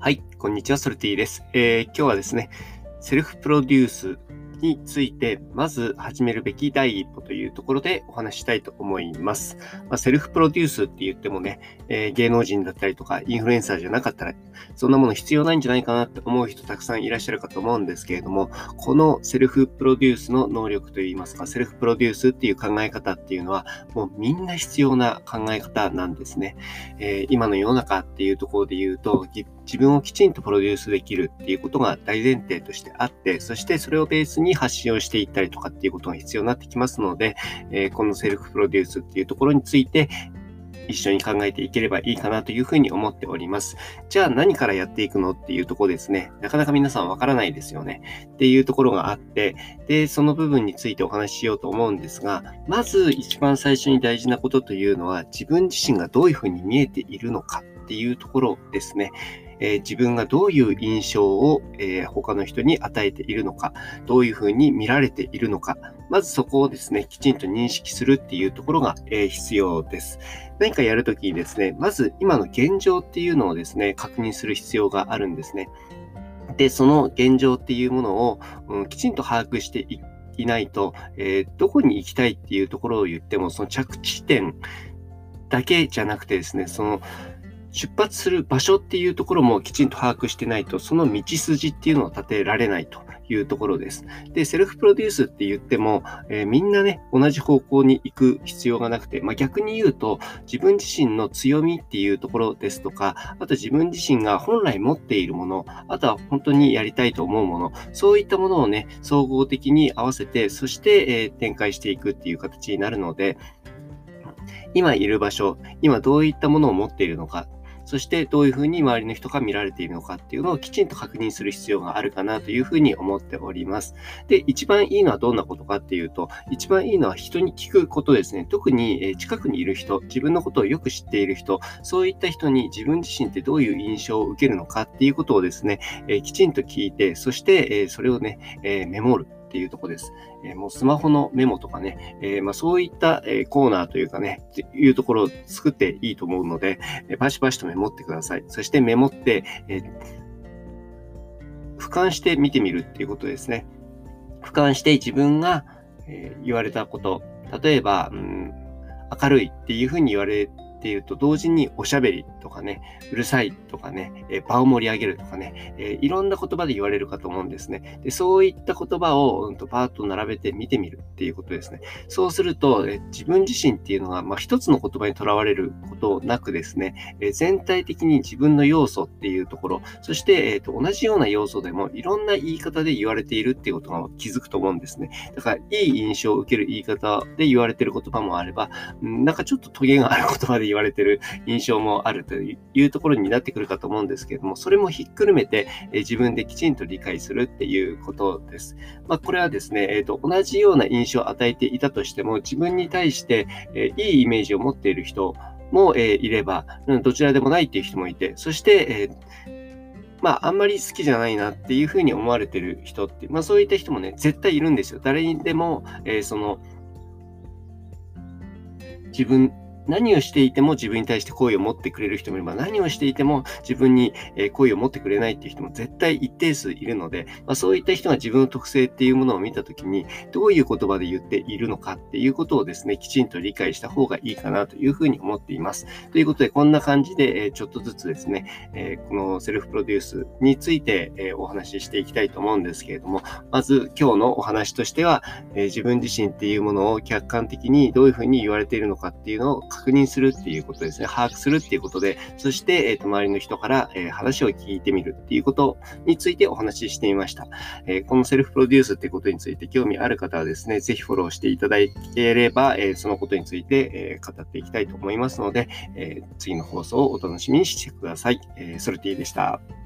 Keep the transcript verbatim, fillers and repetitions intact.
はい、こんにちは、ソルティです。えー今日はですね、セルフプロデュースについて、まず始めるべき第一歩というところでお話ししたいと思います。まあ、セルフプロデュースって言ってもね、えー芸能人だったりとかインフルエンサーじゃなかったら、そんなもの必要ないんじゃないかなって思う人たくさんいらっしゃるかと思うんですけれども、このセルフプロデュースの能力といいますか、セルフプロデュースっていう考え方っていうのは、もうみんな必要な考え方なんですね。えー今の世の中っていうところで言うと、ぎ自分をきちんとプロデュースできるっていうことが大前提としてあって、そしてそれをベースに発信をしていったりとかっていうことが必要になってきますので、えーこのセルフプロデュースっていうところについて一緒に考えていければいいかなというふうに思っております。じゃあ何からやっていくのっていうところですね。なかなか皆さんわからないですよね。っていうところがあって、で、その部分についてお話ししようと思うんですが、まず一番最初に大事なことというのは、自分自身がどういうふうに見えているのかっていうところですね。えー自分がどういう印象を、えー他の人に与えているのか、どういうふうに見られているのか、まずそこをですね、きちんと認識するっていうところが、えー必要です。何かやるときにですね、まず今の現状っていうのをですね、確認する必要があるんですね。で、その現状っていうものを、うん、きちんと把握していいないと、えーどこに行きたいっていうところを言っても、その着地点だけじゃなくてですね、その出発する場所っていうところもきちんと把握してないと、その道筋っていうのを立てられないというところです。で、セルフプロデュースって言っても、えーみんなね、同じ方向に行く必要がなくて、まあ、逆に言うと、自分自身の強みっていうところですとか、あと自分自身が本来持っているもの、あとは本当にやりたいと思うもの、そういったものをね、総合的に合わせて、そして、えー展開していくっていう形になるので、今いる場所、今どういったものを持っているのか、そしてどういうふうに周りの人が見られているのかっていうのをきちんと確認する必要があるかなというふうに思っております。で、一番いいのはどんなことかっていうと、一番いいのは人に聞くことですね。特にえー近くにいる人、自分のことをよく知っている人、そういった人に自分自身ってどういう印象を受けるのかっていうことをですね、えーきちんと聞いて、そしてえーそれをね、えーメモるっていうところです。えーもうスマホのメモとかね、えーまあ、そういった、えーコーナーというかね、っていうところを作っていいと思うので、えーバシバシとメモってください。そしてメモって、えー俯瞰して見てみるっていうことですね。俯瞰して自分が、えー言われたこと、例えば、うん、明るいっていうふうに言われていると同時におしゃべりとかね、うるさいとかね、えー場を盛り上げるとかね、えーいろんな言葉で言われるかと思うんですね。で、そういった言葉を、うんと、パーッと並べて見てみるっていうことですね。そうすると、えー自分自身っていうのが、まあ、一つの言葉にとらわれることなくですね、えー全体的に自分の要素っていうところ、そして、えーと、同じような要素でもいろんな言い方で言われているっていうことが気づくと思うんですね。だから、いい印象を受ける言い方で言われている言葉もあれば、うんなんかちょっとトゲがある言葉で言われている印象もあるというところになってくるかと思うんですけれども、それもひっくるめて、えー自分できちんと理解するっていうことです。まあ、これはですね、えーと、同じような印象を与えていたとしても、自分に対して、えーいいイメージを持っている人も、えーいれば、うん、どちらでもないっていう人もいて、そして、えーまあ、あんまり好きじゃないなっていうふうに思われている人って、まあ、そういった人もね、絶対いるんですよ。誰にでも、えーその、自分、何をしていても自分に対して好意を持ってくれる人もいれば、何をしていても自分にえー好意を持ってくれないっていう人も絶対一定数いるので、まあ、そういった人が自分の特性っていうものを見たときに、どういう言葉で言っているのかっていうことをですね、きちんと理解した方がいいかなというふうに思っています。ということで、こんな感じで、えーちょっとずつですね、えーこのセルフプロデュースについて、えーお話ししていきたいと思うんですけれども、まず今日のお話としては、えー自分自身っていうものを客観的にどういうふうに言われているのかっていうのを確認するっていうことですね。把握するっていうことで、そして、えーと、周りの人から、えー話を聞いてみるっていうことについてお話ししてみました。えーこのセルフプロデュースっていうことについて興味ある方はですね、ぜひフォローしていただければ、えーそのことについて、えー語っていきたいと思いますので、えー次の放送をお楽しみにしてください。えーソルティでした。